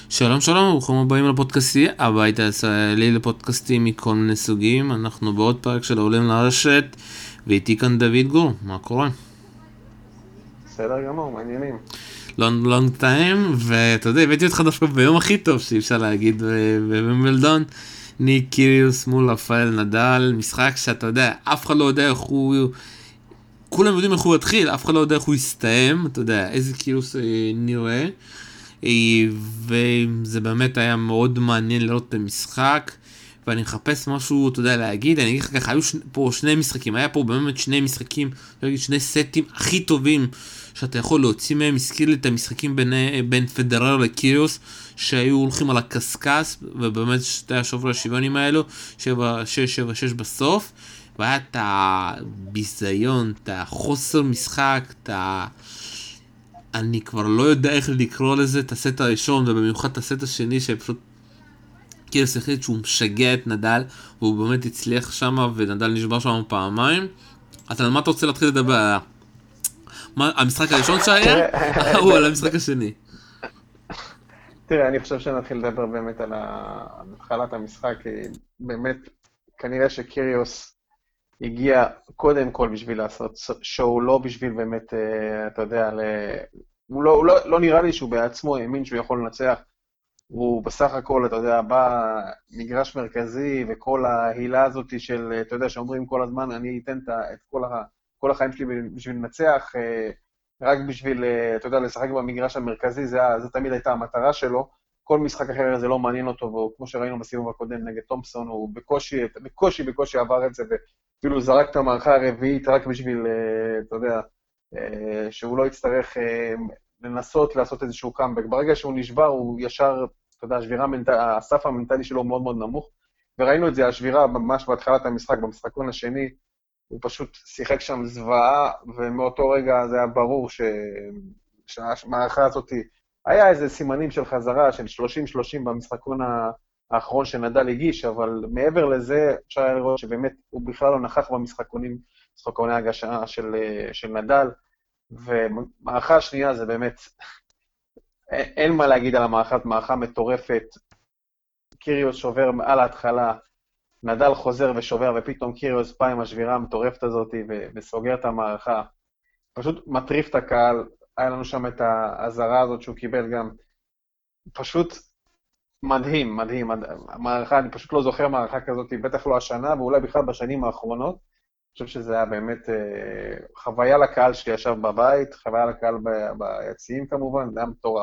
שלום שלום, ברוכים הבאים לפודקאסטי, הבית הישראלי לפודקאסטים מכל מיני סוגים. אנחנו בעוד פרק של העולים לרשת, ואיתי כאן דוד גור, מה קורה? בסדר גמור, מעניינים. לונג טיים, ואתה יודע, הבאתי אותך דווקא ביום הכי טוב שאי אפשר להגיד בווימבלדון. ניק קיריוס מול רפאל נדל, משחק שאתה יודע, אף אחד לא יודע איך הוא... כולם יודעים איך הוא יתחיל, אף אחד לא יודע איך הוא יסתיים, אתה יודע, איזה קיריוס נראה. וזה באמת היה מאוד מעניין לראות את המשחק, ואני מחפש משהו, אתה יודע, להגיד. אני אגיד לך ככה, היו פה שני משחקים, היה פה באמת שני משחקים, שני סטים הכי טובים שאתה יכול להוציא מהם. הזכיר לי את המשחקים בין פדרר לקיריוס, שהיו הולכים על הקסקס, ובאמת שתי השובר השוויונים האלו, 7-6, 7-6 בסוף, והיה את הביזיון, את החוסר משחק, את אני כבר לא יודע איך לקרוא לזה, את הסט הראשון ובמיוחד את הסט השני, שפשוט קיריוס החליט שהוא משגע את נדל, והוא באמת הצליח שם, ונדל נשבר שם פעמיים. אז על מה אתה רוצה להתחיל לדבר? המשחק הראשון שהיה? או על המשחק השני? תראה, אני חושב שנתחיל לדבר באמת על התחלת המשחק, כי באמת, כנראה שקיריוס הגיע קודם כל בשביל לעשות שואו, לא בשביל באמת, אתה יודע, הוא לא נראה לי שהוא בעצמו האמין שהוא יכול לנצח. הוא בסך הכל, אתה יודע, בא מגרש מרכזי, וכל ההילה הזאת של, אתה יודע, שאומרים כל הזמן, אני אתן את כל החיים שלי בשביל לנצח, רק בשביל, אתה יודע, לשחק במגרש המרכזי, זה תמיד הייתה המטרה שלו. כל משחק אחר זה לא מעניין אותו, וכמו שראינו בסיבוב הקודם נגד תומפסון, הוא בקושי עבר את זה, ואפילו זרק את המערכה הרביעית רק בשביל, אתה יודע, שהוא לא יצטרך לנסות לעשות איזשהו קאמבק. ברגע שהוא נשבר, הוא ישר, אתה יודע, הסף המנטלי שלו מאוד מאוד נמוך, וראינו את זה, השבירה ממש בהתחלת המשחק, במשחקון השני, הוא פשוט שיחק שם זוועה, ומאותו רגע זה היה ברור שהמערכה הזאת, היה איזה סימנים של חזרה, של 30-30 במשחקון האחרון שנדל הגיש, אבל מעבר לזה, אפשר היה לראות שבאמת הוא בכלל לא נכח משחקוני הגשה של נדל, ומערכה השנייה זה באמת, אין מה להגיד על המערכה, מערכה מטורפת. קיריוס שובר על ההתחלה, נדל חוזר ושובר, ופתאום קיריוס בא עם השבירה המטורפת הזאת, וסוגר את המערכה. פשוט מטריף את הקהל, היה לנו שם את ההזרה הזאת שהוא קיבל גם, פשוט מדהים, מדהים. המערכה, אני פשוט לא זוכר מערכה כזאת, בטח לא השנה, ואולי בכלל בשנים האחרונות. אני חושב שזה היה באמת חוויה לקהל שישב בבית, חוויה לקהל ביציעים כמובן, זה היה מטורף.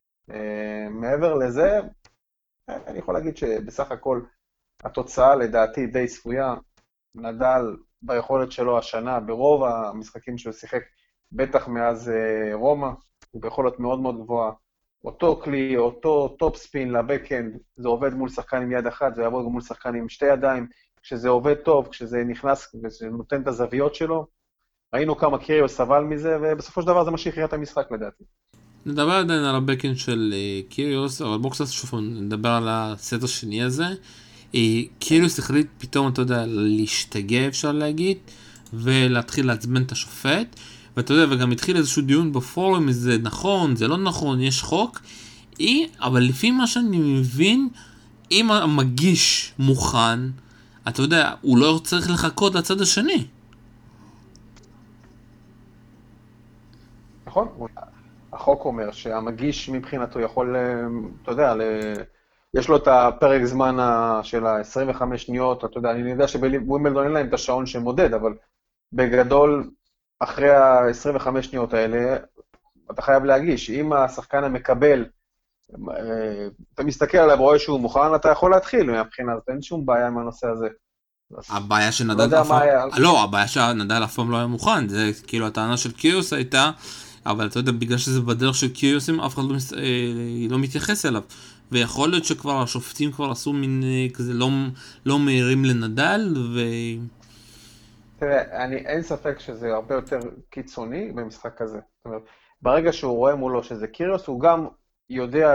מעבר לזה, אני יכול להגיד שבסך הכל התוצאה לדעתי די צפויה. נדל ביכולת שלו השנה, ברוב המשחקים שהוא שיחק, בטח מאז רומא, הוא ביכולת מאוד מאוד גבוהה. אותו כלי, אותו טופ ספין לבקאנד, זה עובד מול שחקן עם יד אחת, זה יעבוד גם מול שחקן עם שתי ידיים, כשזה עובד טוב, כשזה נכנס וזה נותן את הזוויות שלו. ראינו כמה קיריוס סבל מזה, ובסופו של דבר זה מה שהכריע את המשחק לדעתי. נדבר עדיין על הבקאנד של קיריוס, אבל בואו קצת שוב נדבר על הסט השני הזה. קיריוס החליט פתאום, אתה יודע, להשתגע אפשר להגיד, ולהתחיל לעצבן את השופט, ואתה יודע, וגם התחיל איזשהו דיון בפורום, זה נכון, זה לא נכון, יש חוק, אבל לפי מה שאני מבין, אם המגיש מוכן, אתה יודע, הוא לא צריך לחכות לצד השני. נכון? החוק אומר שהמגיש מבחינתו יכול, אתה יודע, יש לו את הפרק זמן של ה-25 שניות, אתה יודע, אני יודע שבווימבלדון אין להם את השעון שמודד, אבל בגדול, אחרי ה-25 שניות האלה, אתה חייב להגיש. אם השחקן המקבל, אתה מסתכל עליו, רואה שהוא מוכן, אתה יכול להתחיל מהבחינה הזאת, אין שום בעיה עם הנושא הזה. הבעיה לא שנדל יודע אף מה פעם, היה. לא, הבעיה שנדל אף פעם לא היה מוכן, זה כאילו הטענה של קיריוס הייתה, אבל אתה יודע, בגלל שזה בדרך של קיריוסים, אף אחד לא מתייחס אליו, ויכול להיות שכבר השופטים כבר עשו מין כזה לא מהירים לנדל, תראה, אין ספק שזה הרבה יותר קיצוני במשחק כזה. זאת אומרת, ברגע שהוא רואה מולו שזה קיריוס, הוא גם יודע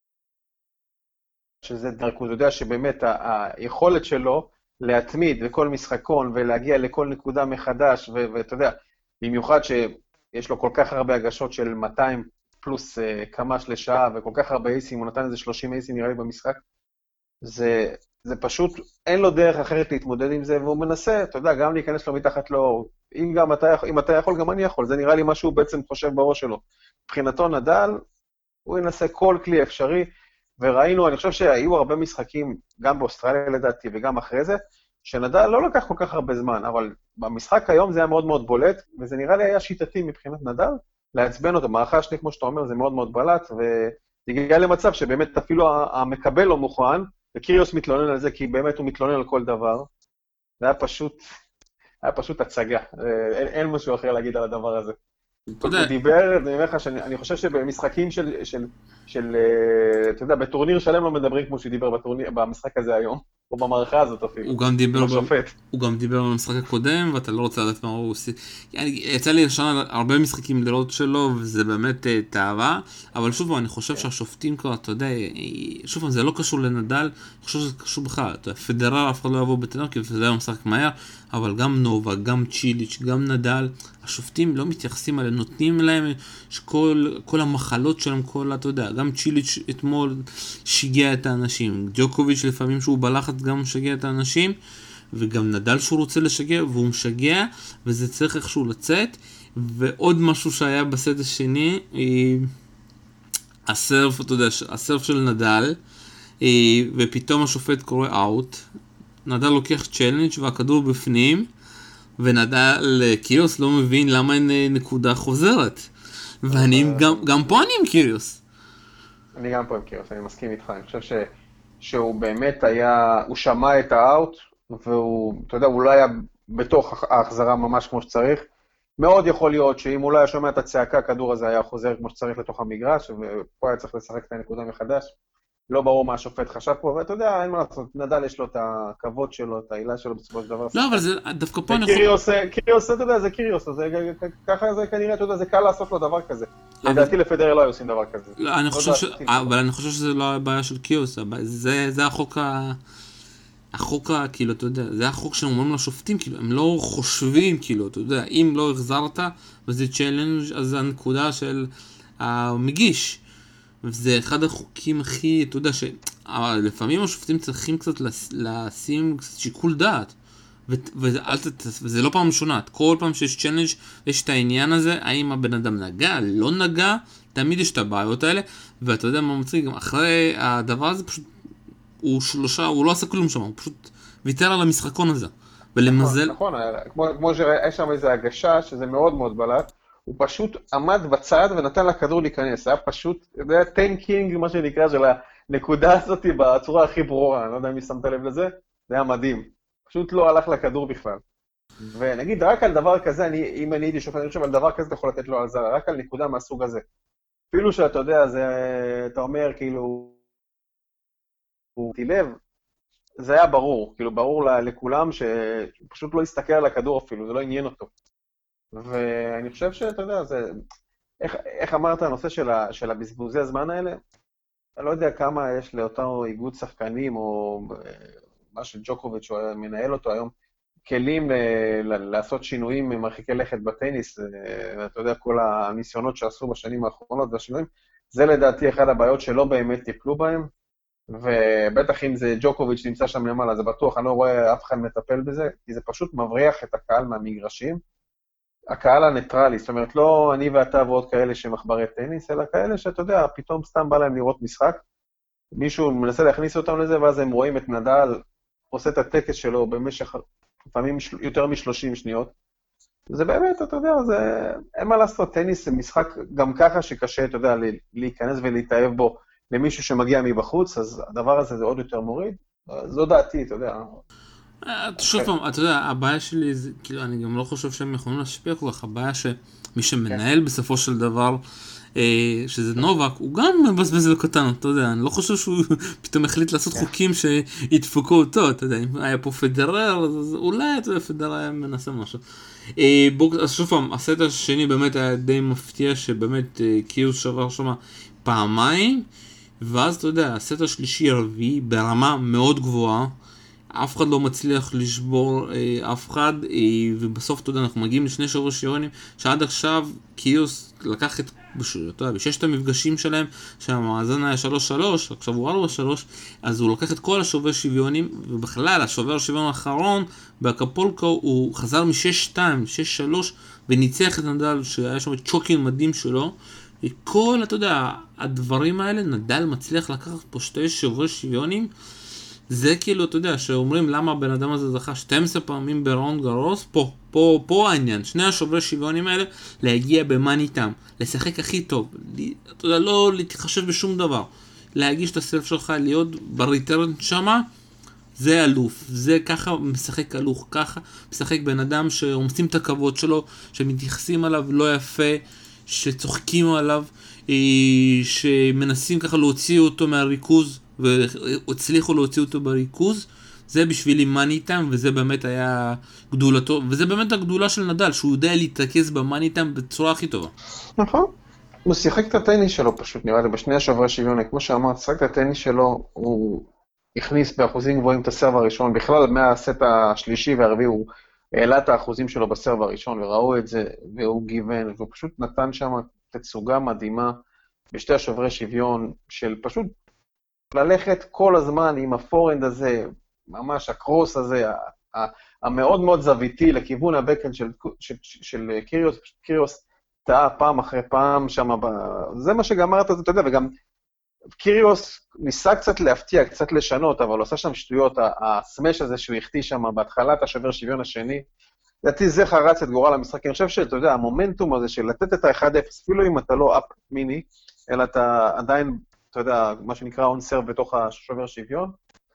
שזה דרך, הוא יודע שבאמת היכולת שלו להתמיד בכל משחקון ולהגיע לכל נקודה מחדש, ואתה יודע, במיוחד שיש לו כל כך הרבה הגשות של 200 פלוס קמ"ש לשעה, וכל כך הרבה אייסים, הוא נתן איזה 30 אייסים נראה לי במשחק, זה פשוט, אין לו דרך אחרת להתמודד עם זה, והוא מנסה, אתה יודע, גם להיכנס לו מתחת לאור. אם אתה יכול, גם אני יכול, זה נראה לי מה שהוא בעצם חושב בראש שלו. מבחינתו נדל, הוא ינסה כל כלי אפשרי, וראינו, אני חושב שהיו הרבה משחקים, גם באוסטרליה לדעתי, וגם אחרי זה, שנדל לא לקח כל כך הרבה זמן, אבל במשחק היום זה היה מאוד מאוד בולט, וזה נראה לי היה שיטתי מבחינת נדל, לעצבן אותו. מערכה השנייה, כמו שאתה אומר, זה מאוד מאוד בלט, והגיע למצב שבאמת אפילו המקבל לא מוכן, וקיריוס מתלונן על זה, כי באמת הוא מתלונן על כל דבר. זה היה פשוט הצגה. אין משהו אחר להגיד על הדבר הזה. הוא דיבר, אני אומר לך, אני חושב שבמשחקים אתה יודע, בטורניר שלם לא מדברים כמו שדיבר במשחק הזה היום, או במערכה הזאת אפילו. הוא גם דיבר במשחק הקודם, ואתה לא רוצה לדעת מה הוא עושה. יצא לי לשנה הרבה משחקים לראות שלו, וזה באמת תאווה, אבל שוב, אני חושב שהשופטים כבר, אתה יודע, שוב, זה לא קשור לנדל, אני חושב שזה קשור בכלל. פדרר אף אחד לא יבוא בטנר, כי פדרר משחק מהר, אבל גם נובה, גם צ'יליץ', גם נדל, השופטים לא מתייחסים עליהם, נותנים להם כל המחלות שלהם, אתה יודע, גם צ'יליץ' אתמול שיגע את האנשים, ג'וקוביץ' לפעמים שהוא בלחץ גם משגע את האנשים, וגם נדל שהוא רוצה לשגע, והוא משגע, וזה צריך איכשהו לצאת. ועוד משהו שהיה בסט השני, הסרף, אתה יודע, הסרף של נדל, ופתאום השופט קורא אאוט, נדל לוקח צ'לנג' והכדור בפנים, ונדל קיריוס לא מבין למה אין נקודה חוזרת. ואני גם פה אני עם קיריוס. אני גם פה עם קיריוס, אני מסכים איתך. אני חושב שהוא באמת הוא שמע את האאוט, והוא, אתה יודע, הוא לא היה בתוך ההחזרה ממש כמו שצריך. מאוד יכול להיות שאם הוא לא היה שומע את הצעקה, הכדור הזה היה חוזר כמו שצריך לתוך המגרש, ופה היה צריך לשחק את הנקודה מחדש. לא ברור מה השופט חשב פה, ואתה יודע, אין מה לעשות, נדל יש לו את הכבוד שלו, את העילה שלו בסופו של דבר. לא, אבל זה דווקא פה קיריוס, אתה יודע, זה קיריוס, ככה זה כנראה, אתה יודע, זה קל לעשות לו דבר כזה. לדעתי לפדרר לא היו עושים דבר כזה. אבל אני חושב שזה לא הבעיה של קיריוס, זה החוק, כאילו, אתה יודע, זה החוק שהם אומרים לשופטים, כאילו, הם לא חושבים, כאילו, אתה יודע, אם לא החזרת, וזה צ'לנג' אז זה הנקודה של המגיש. וזה אחד החוקים הכי, אתה יודע, שלפעמים השופטים צריכים קצת לשים קצת שיקול דעת. וזה לא פעם ראשונה, כל פעם שיש צ'לנג' יש את העניין הזה, האם הבן אדם נגע, לא נגע, תמיד יש את הבעיות האלה, ואתה יודע מה מצחיק, גם אחרי הדבר הזה פשוט, הוא לא עשה כלום שם, הוא פשוט ויתר על המשחקון הזה. ולמזל... נכון, כמו שראה שם איזו הגשה, שזה מאוד מאוד בלט, הוא פשוט עמד בצד ונתן לכדור להיכנס, היה פשוט, זה היה טנקינג, מה שנקרא, של הנקודה הזאת בצורה הכי ברורה, אני לא יודע אם שמת לב לזה, זה היה מדהים, פשוט לא הלך לכדור בכלל. ונגיד, רק על דבר כזה, אם אני הייתי שופט, אני חושב על דבר כזה, אתה יכול לתת לו על זה, רק על נקודה מהסוג הזה. אפילו שאתה יודע, אתה אומר, כאילו, הוא תילב, זה היה ברור, כאילו, ברור לכולם שפשוט לא הסתכל על הכדור אפילו, זה לא עניין אותו. ואני חושב שאתה יודע, איך אמרת הנושא של הבזבוזי הזמן האלה? אני לא יודע כמה יש לאותו איגוד שחקנים, או מה שג'וקוביץ' מנהל אותו היום, כלים לעשות שינויים מרחיקי לכת בטניס, אתה יודע, כל הניסיונות שעשו בשנים האחרונות והשינויים, זה לדעתי אחד הבעיות שלא באמת טיפלו בהם, ובטח אם זה ג'וקוביץ' נמצא שם למעלה, זה בטוח, אני לא רואה אף אחד מטפל בזה, כי זה פשוט מבריח את הקהל מהמגרשים, הקהל הניטרלי, זאת אומרת, לא אני ואתה ועוד כאלה שמחברי טניס, אלא כאלה שאתה יודע, פתאום סתם בא להם לראות משחק, מישהו מנסה להכניס אותם לזה, ואז הם רואים את נדל, עושה את הטקס שלו במשך, לפעמים יותר מ-30 שניות, זה באמת, אתה יודע, אין מה לעשות, טניס זה משחק גם ככה שקשה, אתה יודע, להיכנס ולהתאהב בו למישהו שמגיע מבחוץ, אז הדבר הזה זה עוד יותר מוריד, זו דעתי, אתה יודע. שוב פעם, אתה יודע, הבעיה שלי זה, כאילו, אני גם לא חושב שהם יכולים להשפיע כל כך, הבעיה שמי שמנהל בסופו של דבר, שזה נובק, הוא גם מבזבז לקטן, אתה יודע, אני לא חושב שהוא פתאום החליט לעשות חוקים שידפקו אותו, אתה יודע, אם היה פה פדרר, אז אולי, אתה יודע, פדרר היה מנסה משהו. אז שוב פעם, הסט השני באמת היה די מפתיע, שבאמת קיריוס שבר שם פעמיים, ואז אתה יודע, הסט השלישי הרביעי ברמה מאוד גבוהה, אף אחד לא מצליח לשבור אף אחד, ובסוף, אתה יודע, אנחנו מגיעים לשני שורש שיורנים, שעד עכשיו קיריוס לקח את אתה יודע, בששת המפגשים שלהם, שהמאזן היה 3-3, עכשיו הוא 4-3, אז הוא לוקח את כל השובר שוויונים, ובכלל, השובר השוויון האחרון, באקפולקו, הוא חזר מ-6-2, 6-3, וניצח את נדל, שהיה שם צ'וקין מדהים שלו, וכל, אתה יודע, הדברים האלה, נדל מצליח לקחת פה שתי שוברי שוויונים, זה כאילו, אתה יודע, שאומרים למה הבן אדם הזה זכה 12 פעמים ברון גרוס, פה העניין, שני השוברי שוויונים האלה, להגיע במאני טיים, לשחק הכי טוב, אתה יודע, לא להתחשב בשום דבר, להגיש את הסלף שלך, להיות בריטרן שמה, זה אלוף, זה ככה משחק אלוף, ככה משחק בן אדם שעומסים את הכבוד שלו, שמתייחסים עליו לא יפה, שצוחקים עליו, שמנסים ככה להוציא אותו מהריכוז, והצליחו להוציא אותו בריכוז, זה בשבילי מאני טיים, וזה באמת היה גדולתו, וזה באמת הגדולה של נדל, שהוא יודע להתרכז במאני טיים בצורה הכי טובה. נכון. הוא שיחק את הטניס שלו פשוט, נראה לי, בשני השוברי שוויון, כמו שאמרת, שיחק את הטניס שלו, הוא הכניס באחוזים גבוהים את הסרב הראשון, בכלל מהסט השלישי והרביעי הוא העלה את האחוזים שלו בסרב הראשון, וראו את זה, והוא גיוון, והוא פשוט נתן שם תצוגה מדהימה, בשתי השוברי שוויון, של פשוט ללכת כל הזמן עם הפורנד הזה, ממש הקרוס הזה, המאוד מאוד זוויתי לכיוון הבקן של קיריוס, קיריוס טעה פעם אחרי פעם שם, זה מה שגמרת, אתה יודע, וגם קיריוס ניסה קצת להפתיע, קצת לשנות, אבל הוא עושה שם שטויות, הסמש הזה שהוא החטיא שם בהתחלת השובר שוויון השני, לדעתי זה חרץ את גורל המשחק, אני חושב שאתה יודע, המומנטום הזה של לתת את ה-1-0, אפילו אם אתה לא אפ מיני, אלא אתה עדיין, אתה יודע, מה שנקרא און סרב בתוך השובר שוויון,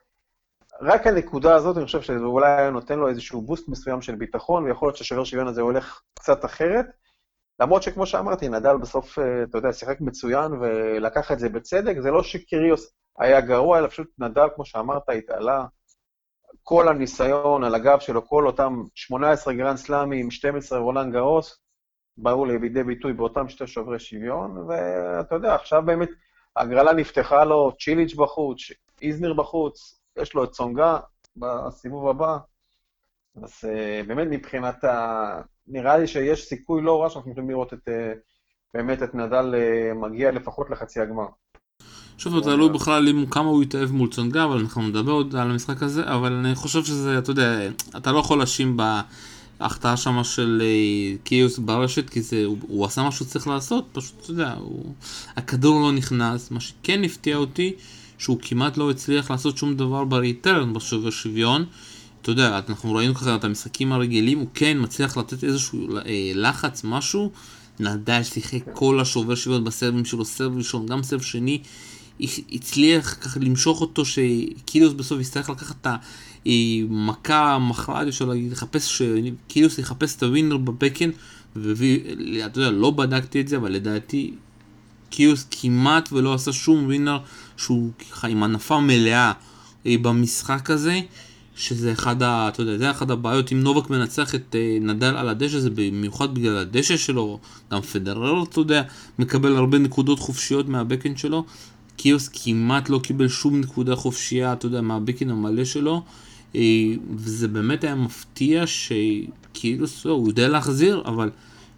רק הנקודה הזאת, אני חושב שזה אולי נותן לו איזשהו בוסט מסוים של ביטחון, ויכול להיות שהשובר שוויון הזה הולך קצת אחרת, למרות שכמו שאמרתי, נדל בסוף, אתה יודע, שיחק מצוין ולקח את זה בצדק, זה לא שקיריוס היה גרוע, אלא פשוט נדל, כמו שאמרת, התעלה, כל הניסיון על הגב שלו, כל אותם 18 גרנד סלאמים, 12 רולנד גרוס, באו לידי ביטוי באותם שתי שוברי שוויון, ואתה יודע, עכשיו באמת הגרלה נפתחה לו, צ'יליץ' בחוץ, איזנר בחוץ, יש לו את צונגה בסיבוב הבא, אז באמת מבחינת נראה לי שיש סיכוי לא רע שאנחנו יכולים לראות באמת את נדל מגיע לפחות לחצי הגמר. שוב, אתה לא בכלל כמה הוא יתאהב מול צונגה, אבל אנחנו נדבר עוד על המשחק הזה, אבל אני חושב שזה, אתה יודע, אתה לא יכול להאשים בהחטאה שמה של קיוס ברשת, כי הוא עשה מה שהוא צריך לעשות, פשוט, אתה יודע, הכדור לא נכנס, מה שכן הפתיע אותי, שהוא כמעט לא הצליח לעשות שום דבר בריטרן בשובר שוויון, אתה יודע, אנחנו ראינו ככה את המשחקים הרגילים, הוא כן מצליח לתת איזשהו לחץ, משהו, נדל שיחק כל השובר שוויון בסרבים שלו, סרב ראשון, גם סרב שני, הצליח ככה למשוך אותו, שקיליוס בסוף יצטרך לקחת את המכה המכרעת שלו, שקיליוס יחפש את הווינר בבקן, ואתה יודע, לא בדקתי את זה, אבל לדעתי קיליוס כמעט ולא עשה שום ווינר שהוא עם ענפה מלאה במשחק הזה, שזה אתה יודע, זה אחד הבעיות. אם נובק מנצח את נדל על הדשא, זה במיוחד בגלל הדשא שלו, גם פדרר, אתה יודע, מקבל הרבה נקודות חופשיות מהבקן שלו, קיוס כמעט לא קיבל שום נקודה חופשייה, אתה יודע, מהבקן המלא שלו, וזה באמת היה מפתיע שקיוס, הוא יודע להחזיר, אבל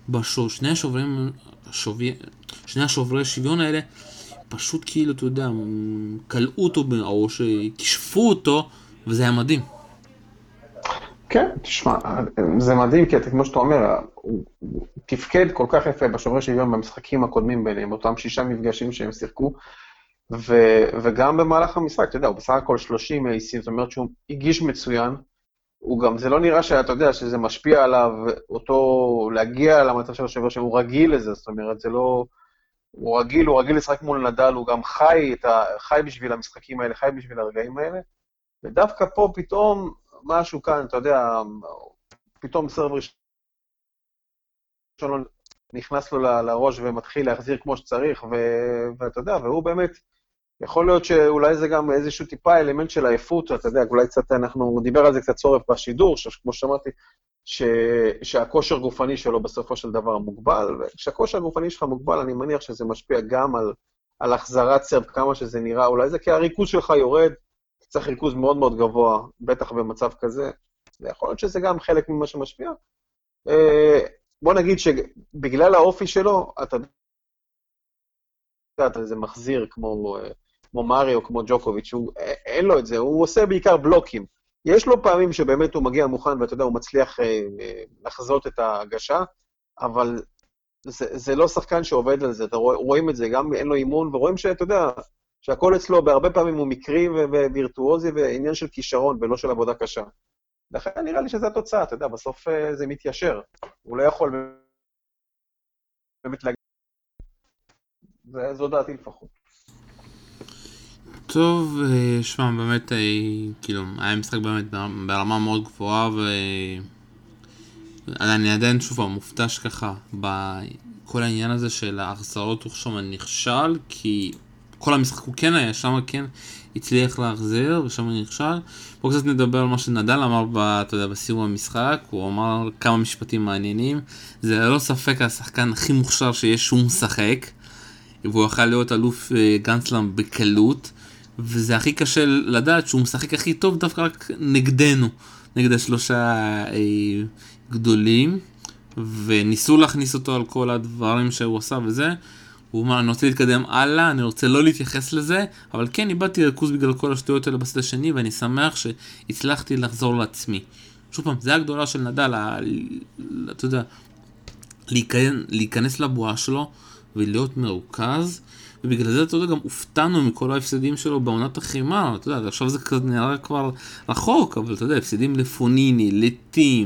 שני השוברי שוויון האלה, פשוט כאילו, אתה יודע, קלעו אותו, או שכשפו אותו, וזה היה מדהים. כן, תשמע, זה מדהים, כי כמו שאתה אומר, הוא תפקד כל כך יפה בשוברי שוויון במשחקים הקודמים ביניהם, אותם 6 מפגשים שהם שיחקו, וגם במהלך המשחק, אתה יודע, הוא בסך הכל 30 אייסים, זאת אומרת שהוא הגיש מצוין, הוא גם, זה לא נראה שאתה יודע שזה משפיע עליו, אותו להגיע למצב של השבוע שהוא רגיל לזה, זאת אומרת, זה לא, הוא רגיל לשחק מול נדל, הוא גם חי בשביל המשחקים האלה, חי בשביל הרגעים האלה, ודווקא פה פתאום משהו כאן, אתה יודע, פתאום סרב ראשון נכנס לו לראש ומתחיל להחזיר כמו שצריך, ואתה יודע, והוא באמת, יכול להיות שאולי זה גם איזשהו טיפה אלמנט של העייפות, אתה יודע, אולי קצת, אנחנו דיבר על זה קצת צורף בשידור, כמו שאמרתי, שהכושר גופני שלו בסופו של דבר מוגבל, וכשהכושר הגופני שלך מוגבל, אני מניח שזה משפיע גם על החזרת סרב, כמה שזה נראה, אולי זה כי הריכוז שלך יורד, צריך ריכוז מאוד מאוד גבוה, בטח במצב כזה, ויכול להיות שזה גם חלק ממה שמשפיע. בוא נגיד שבגלל האופי שלו, אתה יודעת, איזה מחזיר כמו מריו, כמו ג'וקוביץ', אין לו את זה, הוא עושה בעיקר בלוקים. יש לו פעמים שבאמת הוא מגיע מוכן, ואתה יודע, הוא מצליח לחזות את ההגשה, אבל זה לא שחקן שעובד על זה, רואים את זה, גם אין לו אימון, ורואים שאתה יודע, שהכל אצלו, בהרבה פעמים הוא מקרי ווירטואוזי, ועניין של כישרון, ולא של עבודה קשה. לכן נראה לי שזה התוצאה, אתה יודע, בסוף זה מתיישר. הוא לא יכול באמת להגיד, זו דעתי לפחות. טוב, שמע, באמת, כאילו, היה משחק באמת ברמה מאוד גבוהה, אני עדיין שוב מופתע שככה בכל העניין הזה של ההחזרות הוא שם נכשל, כי כל המשחק הוא כן היה, שם כן הצליח להחזיר ושם נכשל. בואו קצת נדבר על מה שנדל אמר אתה יודע, בסיום המשחק. הוא אמר כמה משפטים מעניינים. זה לא ספק השחקן הכי מוכשר שיש שהוא משחק, והוא יכול להיות אלוף גרנדסלאם בקלות, וזה הכי קשה לדעת שהוא משחק הכי טוב דווקא רק נגדנו, נגד השלושה גדולים, וניסו להכניס אותו על כל הדברים שהוא עשה וזה. הוא אמר, אני רוצה להתקדם הלאה, אני רוצה לא להתייחס לזה, אבל כן, איבדתי ריכוז בגלל כל השטויות האלה בסד השני, ואני שמח שהצלחתי לחזור לעצמי. שוב פעם, זה הגדולה של נדל, אתה יודע, להיכנס לבועה שלו ולהיות מרוכז, ובגלל זה אתה יודע, גם הופתענו מכל ההפסדים שלו בעונת החימה. אתה יודע, עכשיו זה קצת נראה כבר רחוק, אבל אתה יודע, הפסדים לפוניני, לטים,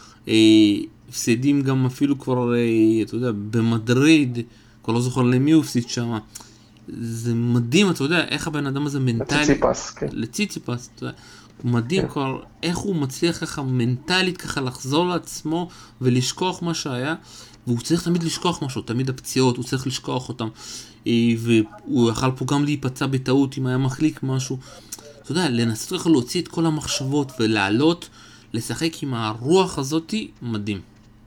הפסדים גם אפילו כבר, אתה יודע, במדריד, כבר לא זוכר למי הוא הפסיד שם. זה מדהים, אתה יודע, איך הבן אדם הזה מנטלי... לציציפס, כן. לציציפס, אתה יודע. מדהים כבר איך הוא מצליח ככה מנטלית ככה לחזור לעצמו ולשכוח מה שהיה, והוא צריך תמיד לשכוח משהו, תמיד הפציעות, הוא צריך לשכוח אותם, והוא יכל פה גם להיפצע בטעות אם היה מחליק משהו. אתה יודע, לנסות ככה להוציא את כל המחשבות ולעלות, לשחק עם הרוח הזאת, מדהים.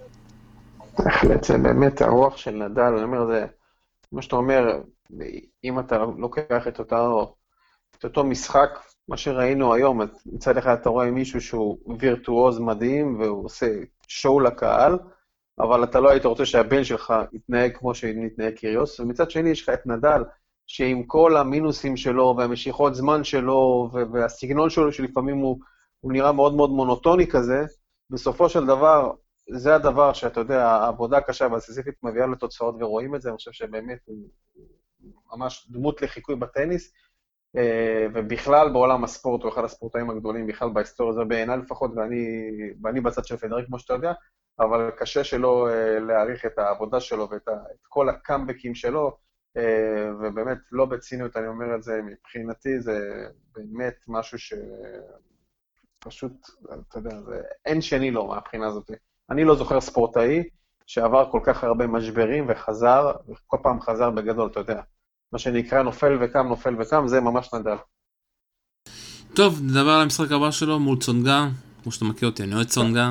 בהחלט, זה באמת הרוח של נדל, אני אומר, זה, מה שאתה אומר, אם אתה לוקח את אותו משחק, מה שראינו היום, מצד אחד אתה רואה מישהו שהוא וירטואוז מדהים, והוא עושה שואו לקהל, אבל אתה לא היית רוצה שהבן שלך יתנהג כמו שמתנהג קיריוס, ומצד שני יש לך את נדל, שעם כל המינוסים שלו, והמשיכות זמן שלו, והסגנון שלו, שלפעמים הוא נראה מאוד מאוד מונוטוני כזה, בסופו של דבר, זה הדבר שאתה יודע, העבודה הקשה והסיזיפית מביאה לתוצאות ורואים את זה, אני חושב שבאמת הוא ממש דמות לחיקוי בטניס, ובכלל בעולם הספורט הוא אחד הספורטאים הגדולים, בכלל בהיסטוריה זה בעיניי לפחות, ואני בצד של פדרר כמו שאתה יודע, אבל קשה שלא להעריך את העבודה שלו ואת כל הקאמבקים שלו, ובאמת לא בציניות אני אומר את זה, מבחינתי זה באמת משהו שפשוט, אתה יודע, אין שני לו מהבחינה הזאת. אני לא זוכר ספורטאי שעבר כל כך הרבה משברים וחזר, וכל פעם חזר בגדול, אתה יודע. מה שנקרא נופל וקם, נופל וקם, זה ממש נדל. טוב, נדבר על המשחק הבא שלו מול צונגה, כמו שאתה מכיר אותי, אני אוהד צונגה,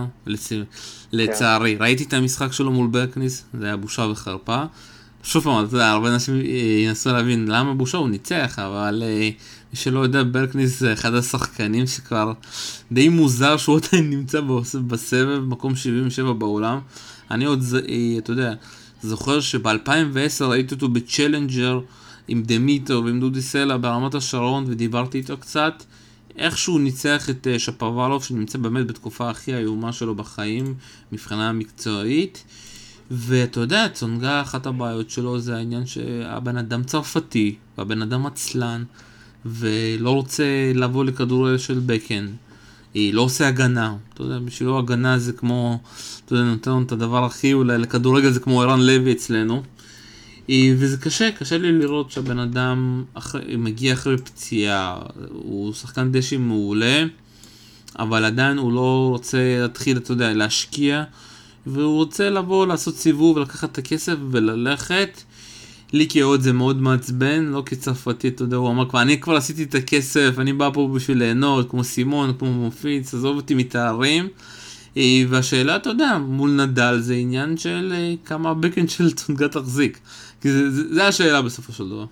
לצערי. ראיתי את המשחק שלו מול ברקניס, זה היה בושה וחרפה. שוב פעם, אתה יודע, הרבה אנשים ינסו להבין למה בושה, הוא ניצח, אבל מי שלא יודע, ברקניס זה אחד השחקנים שכבר די מוזר שהוא עדיין נמצא בסבב, מקום 77 בעולם. אני עוד, אתה יודע, זוכר שב-2010 ראיתי אותו בצ'לנג'ר עם דמיטר ועם דודי סלע ברמת השרון, ודיברתי איתו קצת. איכשהו ניצח את שפוואלוב, שנמצא באמת בתקופה הכי איומה שלו בחיים, מבחינה מקצועית. ואתה יודע, צונגה, אחת הבעיות שלו זה העניין שהבן אדם צרפתי, והבן אדם עצלן, ולא רוצה לבוא לכדורגל של בקן. היא לא עושה הגנה, אתה יודע, בשבילו הגנה זה כמו, אתה יודע, נותן לנו את הדבר הכי, אולי לכדורגל זה כמו ערן לוי אצלנו. וזה קשה לי לראות שהבן אדם מגיע אחרי פציעה, הוא שחקן דשא מעולה, אבל עדיין הוא לא רוצה להתחיל, אתה יודע, להשקיע, והוא רוצה לבוא, לעשות סיבוב ולקחת את הכסף וללכת. לי כאוהד זה מאוד מעצבן, לא כצרפתי, אתה יודע, הוא אמר, אני כבר עשיתי את הכסף, אני בא פה בשביל ליהנות, כמו סימון, כמו מופיץ, עזוב אותי מתארים. והשאלה, אתה יודע, מול נדל זה עניין של כמה הבקן של צונגה תחזיק. כי זה השאלה בסופו של דבר.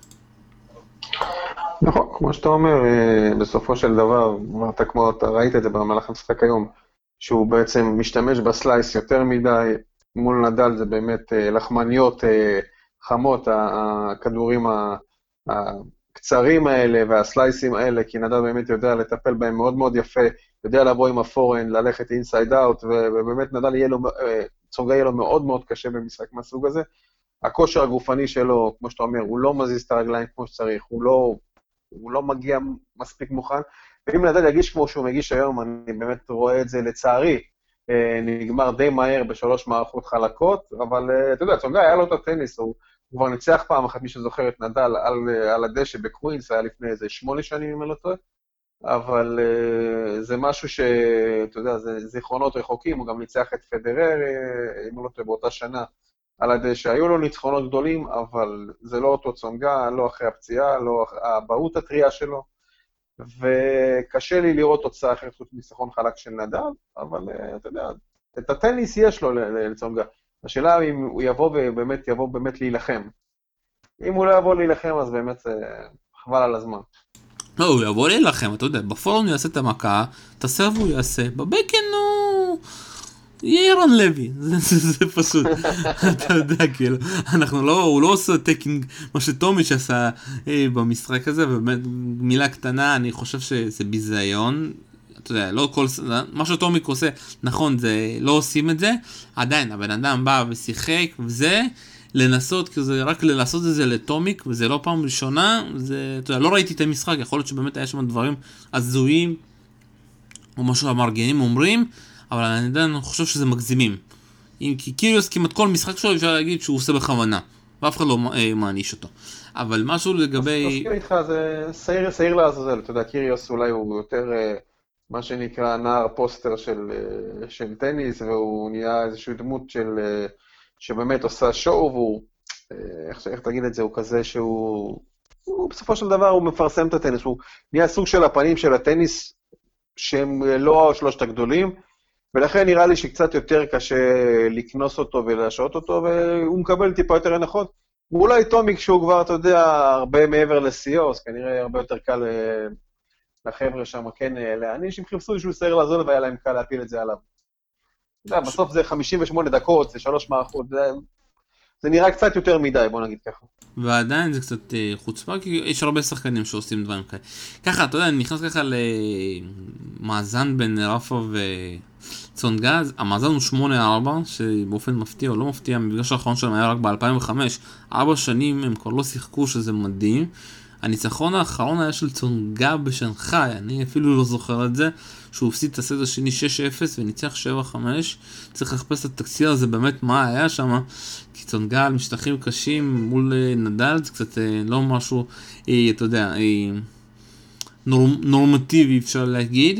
נכון, כמו שאתה אומר, בסופו של דבר, אמרת כמו, אתה ראית את זה במהלך המשחק היום, שהוא בעצם משתמש בסלייס יותר מדי, מול נדל זה באמת לחמניות חמות, הכדורים הקצרים האלה והסלייסים האלה, כי נדל באמת יודע לטפל בהם מאוד מאוד יפה, יודע לבוא עם הפורן, ללכת אינסייד אאוט, ובאמת נדל צונגה יהיה לו מאוד מאוד קשה במשחק מהסוג הזה. הכושר הגופני שלו, כמו שאתה אומר, הוא לא מזיז את הרגליים כמו שצריך, הוא לא מגיע מספיק מוכן, ואם נדל יגיש כמו שהוא מגיש היום, אני באמת רואה את זה לצערי, נגמר די מהר בשלוש מערכות חלקות, אבל אתה יודע, צונגה היה לו את הטניס, הוא כבר ניצח פעם אחת, מי שזוכר את נדל על הדשא בקווינס, היה לפני איזה 8 שנים אם אני לא טועה, אבל זה משהו שאתה יודע, זה זיכרונות רחוקים, הוא גם ניצח את פדרר, אם לא טועה באותה שנה, על הדשא. היו לו ניצחונות גדולים, אבל זה לא אותו צונגה, לא אחרי הפציעה, לא הבאות הטריה שלו, וקשה לי לראות תוצאה אחרת חוץ מניצחון חלק של נדל, אבל אתה יודע, את הטניס יש לו לצונגה. השאלה אם הוא יבוא באמת להילחם. אם הוא לא יבוא להילחם, אז באמת חבל על הזמן. לא, הוא יבוא להילחם, אתה יודע, בפורום הוא יעשה את המכה, את הסרב הוא יעשה, בבקן הוא... יהיה אירון לוי, זה פשוט, אתה יודע, כאילו, הוא לא עושה טקינג, מה שטומיץ' עשה במשחק הזה, ובאמת, מילה קטנה, אני חושב שזה ביזיון, אתה יודע, לא כל, מה שטומיץ' עושה, נכון, לא עושים את זה, עדיין, הבן אדם בא ושיחק, וזה, לנסות, כי זה רק לעשות את זה לטומיק, וזה לא פעם ראשונה, אתה יודע, לא ראיתי את המשחק, יכול להיות שבאמת היה שם דברים הזויים, או משהו המארגנים אומרים, אבל אני עדיין חושב שזה מגזימים. כי קיריוס כמעט כל משחק שלו אפשר להגיד שהוא עושה בכוונה, ואף אחד לא מעניש אותו. אבל משהו לגבי... מסכים איתך, זה שעיר לעזאזל, אתה יודע, קיריוס אולי הוא יותר, מה שנקרא, נער פוסטר של טניס, והוא נהיה איזושהי דמות שבאמת עושה שואו, והוא, איך תגיד את זה, הוא כזה שהוא בסופו של דבר הוא מפרסם את הטניס, הוא נהיה סוג של הפנים של הטניס, שהם לא שלושת הגדולים, ולכן נראה לי שקצת יותר קשה לקנוס אותו ולהשעות אותו, והוא מקבל טיפה יותר הנחות. ואולי טומיק שהוא כבר, אתה יודע, הרבה מעבר לסיו, אז כנראה הרבה יותר קל לחבר'ה שם, כן, להעניש, אם חיפשו שהוא שעיר לעזור, והיה להם קל להפיל את זה עליו. אתה יודע, בסוף זה 58 דקות, זה 3 מערכות, זה נראה קצת יותר מדי, בוא נגיד ככה. ועדיין זה קצת חוצפה, כי יש הרבה שחקנים שעושים דברים כאלה. ככה, אתה יודע, אני נכנס ככה למאזן בין רפה וצונגה, המאזן הוא 8-4, שבאופן מפתיע או לא מפתיע, המפגש האחרון שלהם היה רק ב-2005, 4 שנים הם כבר לא שיחקו, שזה מדהים. הניצחון האחרון היה של צונגה בשנגחאי, אני אפילו לא זוכר את זה, שהוא הפסיד את הסט השני 6-0 וניצח 7-5, צריך לחפש את התקציר הזה באמת מה היה שם, כי צונגה על משטחים קשים מול נדל, זה קצת לא משהו, אתה יודע, נורמטיבי אפשר להגיד,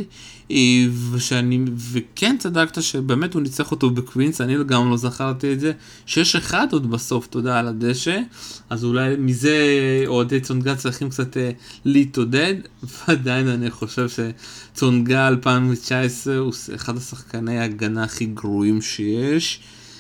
וכן צדקת שבאמת הוא ניצח אותו בקווינס, אני גם לא זכרתי את זה, 6-1 עוד בסוף, תודה על הדשא, אז אולי מזה אוהדי צונגה צריכים קצת להתעודד, ועדיין אני חושב שצונגה 2019 הוא אחד השחקני ההגנה הכי גרועים שיש,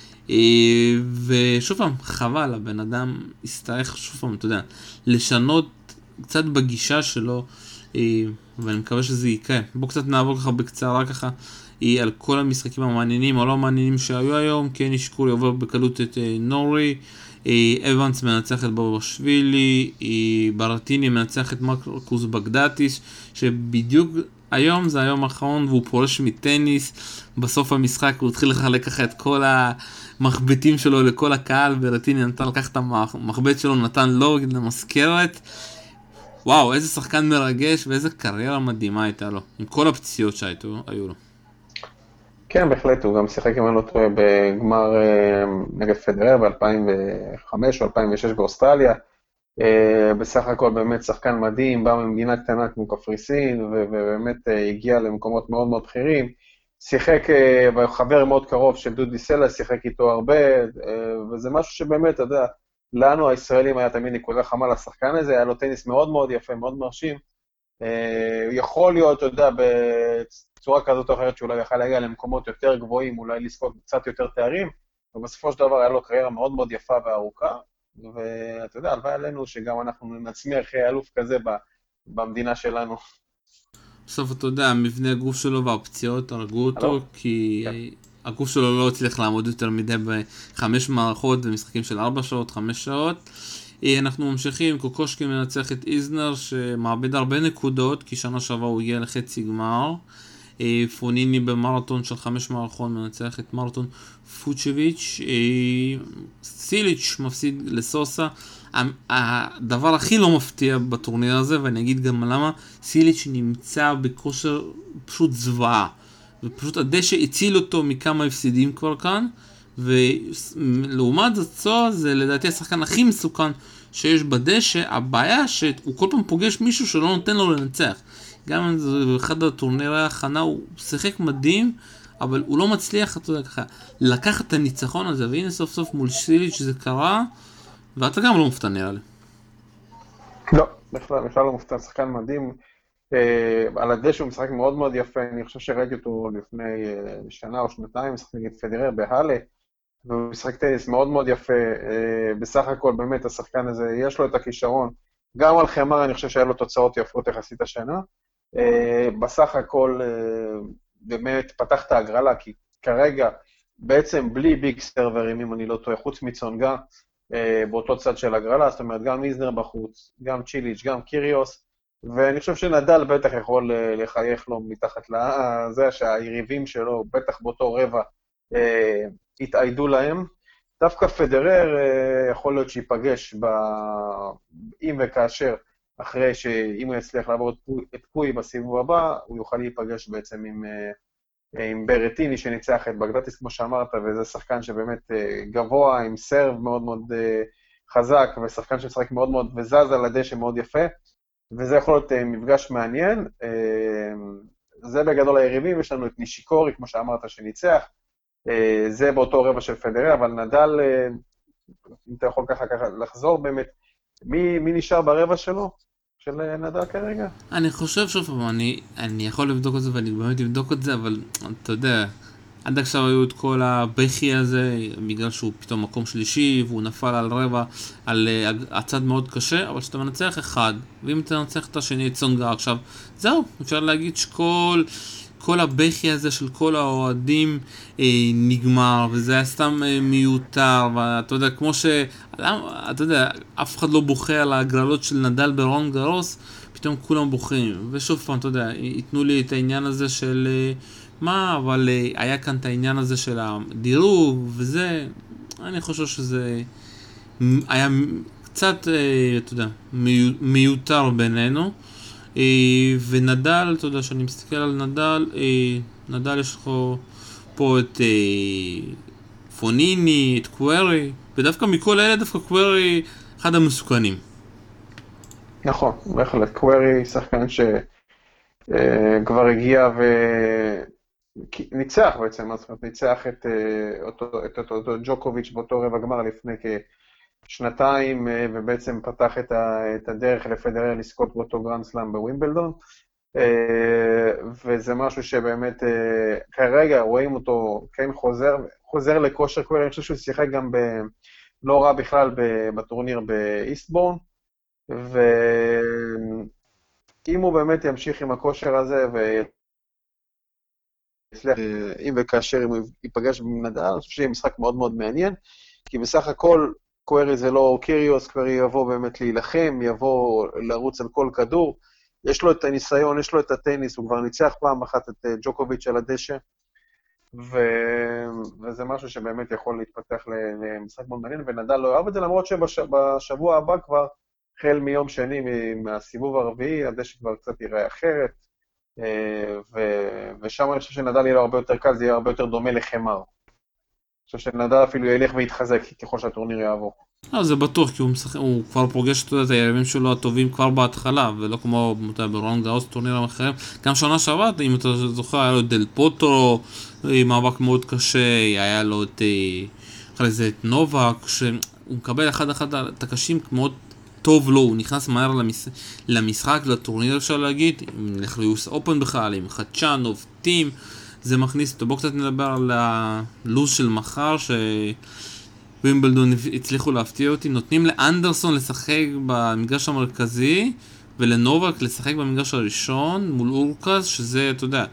ושוב פעם, חבל, הבן אדם יצטרך שוב פעם, אתה יודע, לשנות קצת בגישה שלו, ואני מקווה שזה יקרה. בואו קצת נעבור ככה בקצרה ככה על כל המשחקים המעניינים או לא המעניינים שהיו היום. כן, נשקול יעבור בקלות את נורי, אבנס מנצח את בבשווילי, ברטיני מנצח את מרקוס בגדטיס, שבדיוק היום זה היום האחרון והוא פורש מטניס. בסוף המשחק הוא התחיל לחלק ככה את כל המחבטים שלו לכל הקהל, ברטיני נתן לקח את המחבט שלו, נתן לו למזכרת. וואו, איזה שחקן מרגש ואיזה קריירה מדהימה הייתה לו, עם כל הפציעות שהיו לו. כן, בהחלט, הוא גם שיחק אם אני לא טועה בגמר נגד פדרר ב-2005 או 2006 באוסטרליה. בסך הכל באמת שחקן מדהים, בא ממדינה קטנה כמו קפריסין, ובאמת הגיע למקומות מאוד מאוד בכירים. שיחק, חבר מאוד קרוב של דודי סלע, שיחק איתו הרבה, וזה משהו שבאמת, אתה יודע, לנו הישראלים היה תמיד נקודה חמה לשחקן הזה, היה לו טניס מאוד מאוד יפה, מאוד מרשים. יכול להיות, אתה יודע, בצורה כזאת או אחרת שאולי יכל להגיע למקומות יותר גבוהים, אולי לזכות קצת יותר תארים, ובסופו של דבר היה לו קריירה מאוד מאוד יפה וארוכה, ואתה יודע, הלוואי עלינו שגם אנחנו נצמיח אלוף כזה במדינה שלנו. בסוף אתה יודע, המבנה הגוף שלו והפציעות הרגו אותו, כי הגוף שלו לא הצליח לעמוד יותר מדי בחמש מערכות ומשחקים של 4 שעות, 5 שעות. אנחנו ממשיכים, קוקושקין מנצח את איזנר שמאבד הרבה נקודות, כי שנה שעברה הוא הגיע לחצי גמר. פוניני במרתון של 5 מערכות מנצח את מרתון פוצ'ביץ'. סיליץ' מפסיד לסוסה. הדבר הכי לא מפתיע בטורניר הזה, ואני אגיד גם למה, סיליץ' נמצא בכושר פשוט זוועה, ופשוט הדשא הציל אותו מכמה הפסידים כבר כאן, ולעומת זאת סואה זה לדעתי השחקן הכי מסוכן שיש בדשא. הבעיה שהוא כל פעם פוגש מישהו שלא נותן לו לנצח, גם באחד הטורנירי ההכנה הוא שיחק מדהים, אבל הוא לא מצליח, אתה יודע, ככה, לקחת את הניצחון הזה, והנה סוף סוף מול סיליץ' זה קרה, ואתה גם לא מופתע נראה לי. לא, בכלל לא מופתע, שחקן מדהים. על הדשא הוא משחק מאוד מאוד יפה, אני חושב שראיתי אותו לפני שנה או שנתיים, משחק נגד פדרר בהלה, והוא משחק טניס מאוד מאוד יפה. בסך הכל באמת השחקן הזה, יש לו את הכישרון, גם על חמר אני חושב שהיה לו תוצאות יפות יחסית השנה. בסך הכל באמת פתח את ההגרלה, כי כרגע בעצם בלי ביג סרברים, אם אני לא טועה, חוץ מצונגה, באותו צד של הגרלה, זאת אומרת גם איזנר בחוץ, גם צ'יליץ', גם קיריוס, ואני חושב שנדל בטח יכול לחייך לו מתחת לזה שהיריבים שלו, בטח באותו רבע, התעידו להם. דווקא פדרר יכול להיות שיפגש אם וכאשר, אחרי שאם הוא יצליח לעבור את קוי בסיבוב הבא, הוא יוכל להיפגש בעצם עם ברטיני שניצח את בגדטיס כמו שאמרת, וזה שחקן שבאמת גבוה, עם סרב מאוד מאוד חזק, ושחקן ששחק מאוד מאוד וזז על הדשא מאוד יפה, וזה יכול להיות מפגש מעניין. זה בגדול היריבים, יש לנו את נישיקורי כמו שאמרת שניצח, זה באותו רבע של פדרר, אבל נדל, אם אתה יכול ככה לחזור באמת, מי נשאר ברבע שלו? של נדל כרגע? אני חושב שוב, אני יכול לבדוק את זה ואני באמת אבדוק את זה, אבל אתה יודע, עד עכשיו היו את כל הבכי הזה, בגלל שהוא פתאום מקום שלישי, והוא נפל על רבע, על הצד מאוד קשה, אבל שאתה מנצח אחד, ואם אתה מנצח את השני, את צונגה עכשיו, זהו, אפשר להגיד כל הבכי הזה של כל האוהדים נגמר, וזה היה סתם מיותר, ואתה יודע, כמו אתה יודע, אף אחד לא בוכה על ההגרלות של נדל ברון גרוס, פתאום כולם בוכים, ושוב פעם, אתה יודע, ייתנו לי את העניין הזה של מה, אבל היה כאן את העניין הזה של הדירוג, וזה, אני חושב שזה היה קצת, אתה יודע, מיותר בינינו. ונדל, אתה יודע, שאני מסתכל על נדל, נדל יש לך פה את פוניני, את קווירי, ודווקא מכל אלה דווקא קווירי אחד המסוכנים. נכון, בהחלט, קווירי שחקן שכבר הגיע וניצח בעצם, ניצח את אותו ג'וקוביץ' באותו רבע גמר לפני שנתיים, ובעצם פתח את הדרך לפדרר לזכות באותו גרנד סלאם בווימבלדון, וזה משהו שבאמת כרגע רואים אותו, כן, חוזר לכושר קווירי. אני חושב שהוא שיחק גם לא רע בכלל בטורניר באיסטבורן, ואם הוא באמת ימשיך עם הכושר הזה ויצליח, אם וכאשר אם הוא ייפגש בנדל, אני חושב שיהיה משחק מאוד מאוד מעניין, כי בסך הכל קווירי זה לא קיריוס, קווירי יבוא באמת להילחם, יבוא לרוץ על כל כדור, יש לו את הניסיון, יש לו את הטניס, הוא כבר ניצח פעם אחת את ג'וקוביץ' על הדשא, וזה משהו שבאמת יכול להתפתח למשחק מאוד מעניין, ונדל לא אוהב את זה, למרות שבשבוע הבא כבר, החל מיום שני מהסיבוב הרביעי, הדשא כבר קצת ייראה אחרת, ושם אני חושב שנדל יהיה לו הרבה יותר קל, זה יהיה הרבה יותר דומה לחמר. אני חושב שנדל אפילו ילך ויתחזק ככל שהטורניר יעבור. זה בטוח, כי הוא כבר פוגש את היריבים שלו הטובים כבר בהתחלה, ולא כמו ברון גרוס, טורניר המחרים. גם שנה שעברה, אם אתה זוכר, היה לו דל פוטרו, מאבק מאוד קשה, היה לו את נובק, שהוא מקבל אחד את הקשים מאוד טוב לו, הוא נכנס מהר למשחק, לטורניר אפשר להגיד, עם לחליוס אופן בכלל, עם חדשנוב, טים, זה מכניס אותו. בואו קצת נדבר על הלוז של מחר, שווימבלדון הצליחו להפתיע אותי. נותנים לאנדרסון לשחק במגרש המרכזי, ולנובק לשחק במגרש הראשון, מול אורקס, שזה, אתה יודע,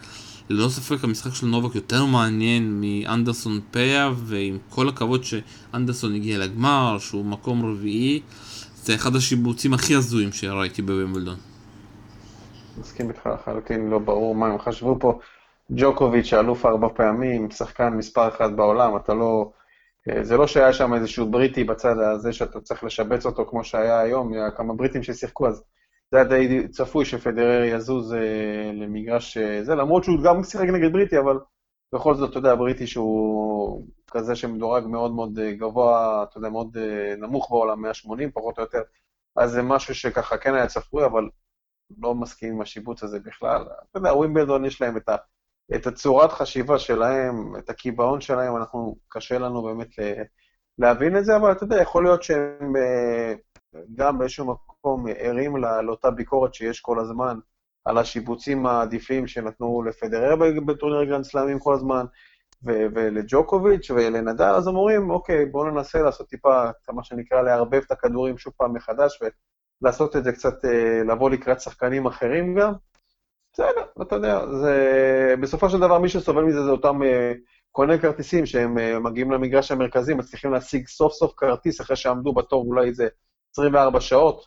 ללא ספק המשחק של נובק יותר מעניין מאנדרסון פיה, ועם כל הכבוד שאנדרסון הגיע לגמר, שהוא מקום רביעי, זה אחד השיבוצים הכי הזויים שראיתי בווימבלדון. מסכים איתך לחלוטין, לא ברור מה הם חשבו פה. ג'וקוביץ' האלוף 4 פעמים, שחקן מספר 1 בעולם, אתה לא... זה לא שהיה שם איזשהו בריטי בצד הזה שאתה צריך לשבץ אותו כמו שהיה היום, היה כמה בריטים ששיחקו, אז זה היה די צפוי שפדרר יזוז למגרש זה, למרות שהוא גם שיחק נגד בריטי, אבל בכל זאת, אתה יודע, בריטי שהוא כזה שמדורג מאוד מאוד גבוה, אתה יודע, מאוד נמוך בעולם, 180 פחות או יותר, אז זה משהו שככה כן היה צפוי, אבל לא מסכים עם השיבוץ הזה בכלל. אתה יודע, ווימבלדון יש להם את הצורת חשיבה שלהם, את הקיבעון שלהם, קשה לנו באמת להבין את זה, אבל אתה יודע, יכול להיות שהם גם באיזשהו מקום ערים לאותה ביקורת שיש כל הזמן, על השיבוצים העדיפים שנתנו לפדרר בטורניר גרנד סלאמים כל הזמן, ולג'וקוביץ' ולנדל, אז הם אומרים, אוקיי, בואו ננסה לעשות טיפה, מה שנקרא, לערבב את הכדורים שוב פעם מחדש, ולעשות את זה קצת, לבוא לקראת שחקנים אחרים גם. בסדר, אתה יודע, בסופו של דבר מי שסובל מזה זה אותם קוני כרטיסים שהם מגיעים למגרש המרכזי, מצליחים להשיג סוף סוף כרטיס אחרי שעמדו בתור אולי איזה 24 שעות,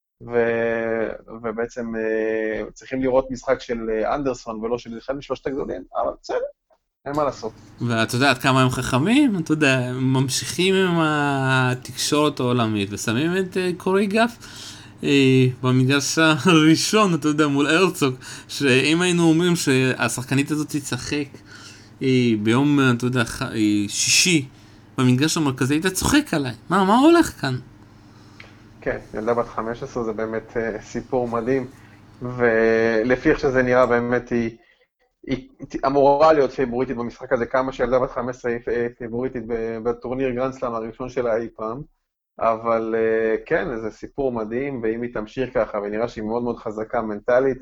ובעצם צריכים לראות משחק של אנדרסון ולא של אחד משלושת הגדולים, אבל בסדר, אין מה לעשות. ואתה יודע עד כמה הם חכמים, אתה יודע, הם ממשיכים עם התקשורת העולמית ושמים את קורי גף במגרש הראשון, אתה יודע, מול הרצוג, שאם היינו אומרים שהשחקנית הזאת תצחק ביום, אתה יודע, שישי במגרש המרכזי, היית צוחק עליי. מה הולך כאן? כן, ילדה בת 15 זה באמת סיפור מדהים, ולפי איך שזה נראה באמת היא אמורה להיות פיבוריטית במשחק הזה, כמה שילדה בת 15 היא פיבוריטית בטורניר גרנד סלאם הראשון שלה אי פעם, אבל כן, זה סיפור מדהים, ואם היא תמשיך ככה, ונראה שהיא מאוד מאוד חזקה מנטלית,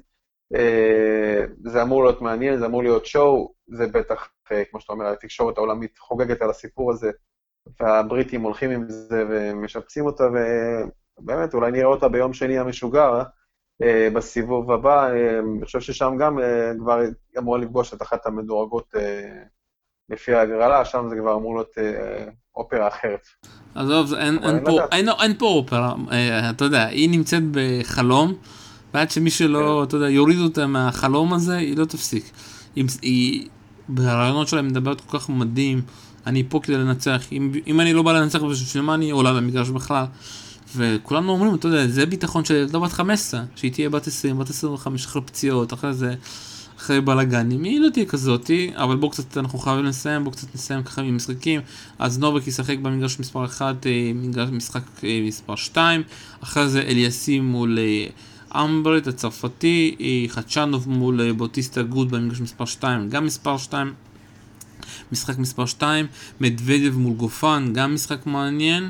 זה אמור להיות מעניין, זה אמור להיות שואו, זה בטח, כמו שאתה אומר, התקשורת העולמית חוגגת על הסיפור הזה, והבריטים הולכים עם זה ומשפצים אותה, ובאמת אולי נראה אותה ביום שני המשוגר, בסיבוב הבא, אני חושב ששם גם כבר אמורה לפגוש את אחת המדורגות לפי ההגרלה, שם זה כבר אמור להיות אופרה אחרת. עזוב, אין פה אופרה, אתה יודע, היא נמצאת בחלום, ועד שמי שלא, אתה יודע, יוריד אותה מהחלום הזה, היא לא תפסיק. היא ברעיונות שלה מדברת כל כך מדהים, אני פה כדי לנצח, אם אני לא בא לנצח בשביל מה אני עולה למגרש בכלל, וכולנו אומרים, אתה יודע, זה ביטחון של ילדה בת 15, שהיא תהיה בת 20, בת 25, אחרי פציעות, אחרי בלגנים, היא לא תהיה כזאתי, אבל בואו קצת, אנחנו חייבים לסיים, בואו קצת נסיים ככה עם משחקים, אז נובק ישחק במגרש מספר 1, משחק מספר 2, אחרי זה אליאסים מול אמברט הצרפתי, חדשנוב מול בוטיסטה גוד במגרש מספר 2, גם מספר 2, משחק מספר 2, מדוודב מול גופן, גם משחק מעניין,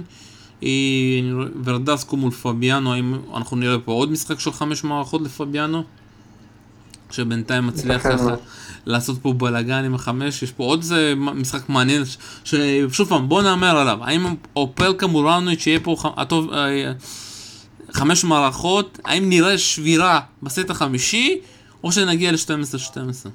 ורדסקו מול פביאנו, האם אנחנו נראה פה עוד משחק של 5 מערכות לפביאנו, שבינתיים מצליח לעשות פה בלגן עם החמש, יש פה עוד משחק מעניין, ששוב פעם בוא נאמר עליו, האם אופלקה מורנויץ' שיהיה פה 5 מערכות, האם נראה שבירה בסט החמישי, או שנגיע ל-12-12?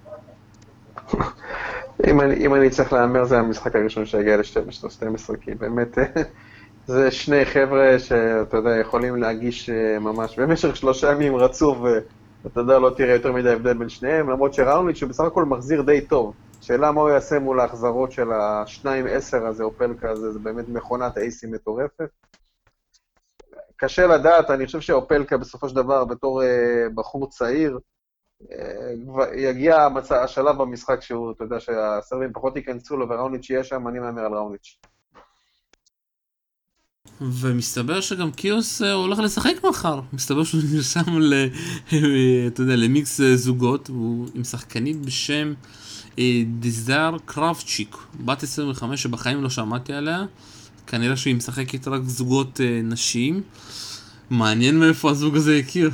אם אני צריך לאמר, זה המשחק הראשון שהגיע ל-12-12, כי באמת זה שני חבר'ה שאתה יודע, יכולים להגיש ממש במשך 3 ימים רצוף, ואתה יודע, לא תראה יותר מדי הבדל בין שניהם, למרות שראוניץ' שבסך הכל מחזיר די טוב. שאלה מה הוא יעשה מול ההחזרות של ה-2-10 הזה, או פלקה הזה, זה באמת מכונת אייסי מטורפת. קשה לדעת, אני חושב שאופלקה בסופו של דבר, בתור בחור צעיר, יגיע השלב במשחק שהוא, אתה יודע, שהסרבים פחות ייכנסו לו, וראוניץ' יהיה שם, אני מאמר על ראוניץ'. ומסתבר שגם קיוס הולך לשחק מחר, מסתבר שהוא נרשם אתה יודע, למיקס זוגות, והוא עם שחקנית בשם דיזר קרבצ'יק, בת 25 שבחיים לא שמעתי עליה, כנראה שהיא משחקת רק זוגות נשים, מעניין מאיפה הזוג הזה הכיר.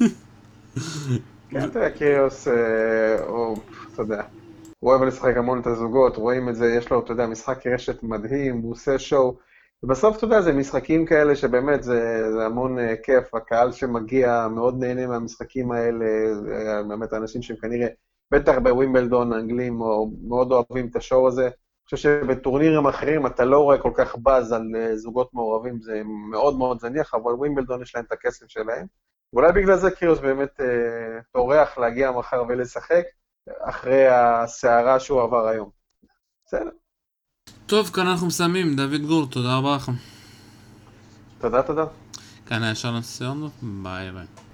כן, אתה יודע, קיוס, אתה יודע, הוא אוהב לשחק המון את הזוגות, רואים את זה, יש לו, אתה יודע, משחק רשת מדהים, הוא עושה שואו, ובסוף, אתה יודע, זה משחקים כאלה שבאמת זה המון כיף, הקהל שמגיע מאוד נהנה מהמשחקים האלה, באמת האנשים שהם כנראה בטח בווימבלדון האנגלים מאוד אוהבים את השואו הזה. אני חושב שבטורנירים אחרים אתה לא רואה כל כך באז על זוגות מעורבים, זה מאוד מאוד זניח, אבל ווימבלדון יש להם את הקסם שלהם. ואולי בגלל זה קיריוס באמת טורח להגיע מחר ולשחק, אחרי הסערה שהוא עבר היום. בסדר. טוב, כאן אנחנו מסיימים. דוד גור, תודה רבה לך. תודה, תודה. כאן היה שלום סיונו, ביי ביי.